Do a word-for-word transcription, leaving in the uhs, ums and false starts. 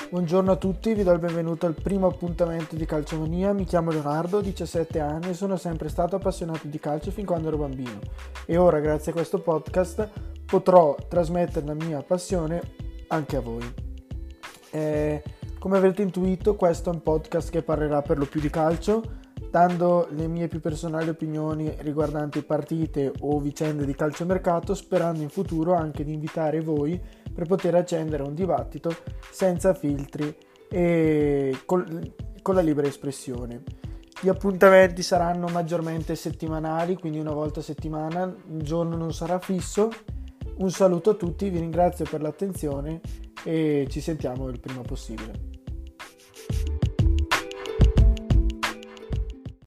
Buongiorno a tutti, vi do il benvenuto al primo appuntamento di Calciomania. Mi chiamo Leonardo, ho diciassette anni e sono sempre stato appassionato di calcio fin quando ero bambino. E ora, grazie a questo podcast, potrò trasmettere la mia passione anche a voi. Eh, come avrete intuito, questo è un podcast che parlerà per lo più di calcio, dando le mie più personali opinioni riguardanti partite o vicende di calciomercato, sperando in futuro anche di invitare voi per poter accendere un dibattito senza filtri e col, con la libera espressione. Gli appuntamenti saranno maggiormente settimanali, quindi una volta a settimana, il giorno non sarà fisso. Un saluto a tutti, vi ringrazio per l'attenzione e ci sentiamo il prima possibile.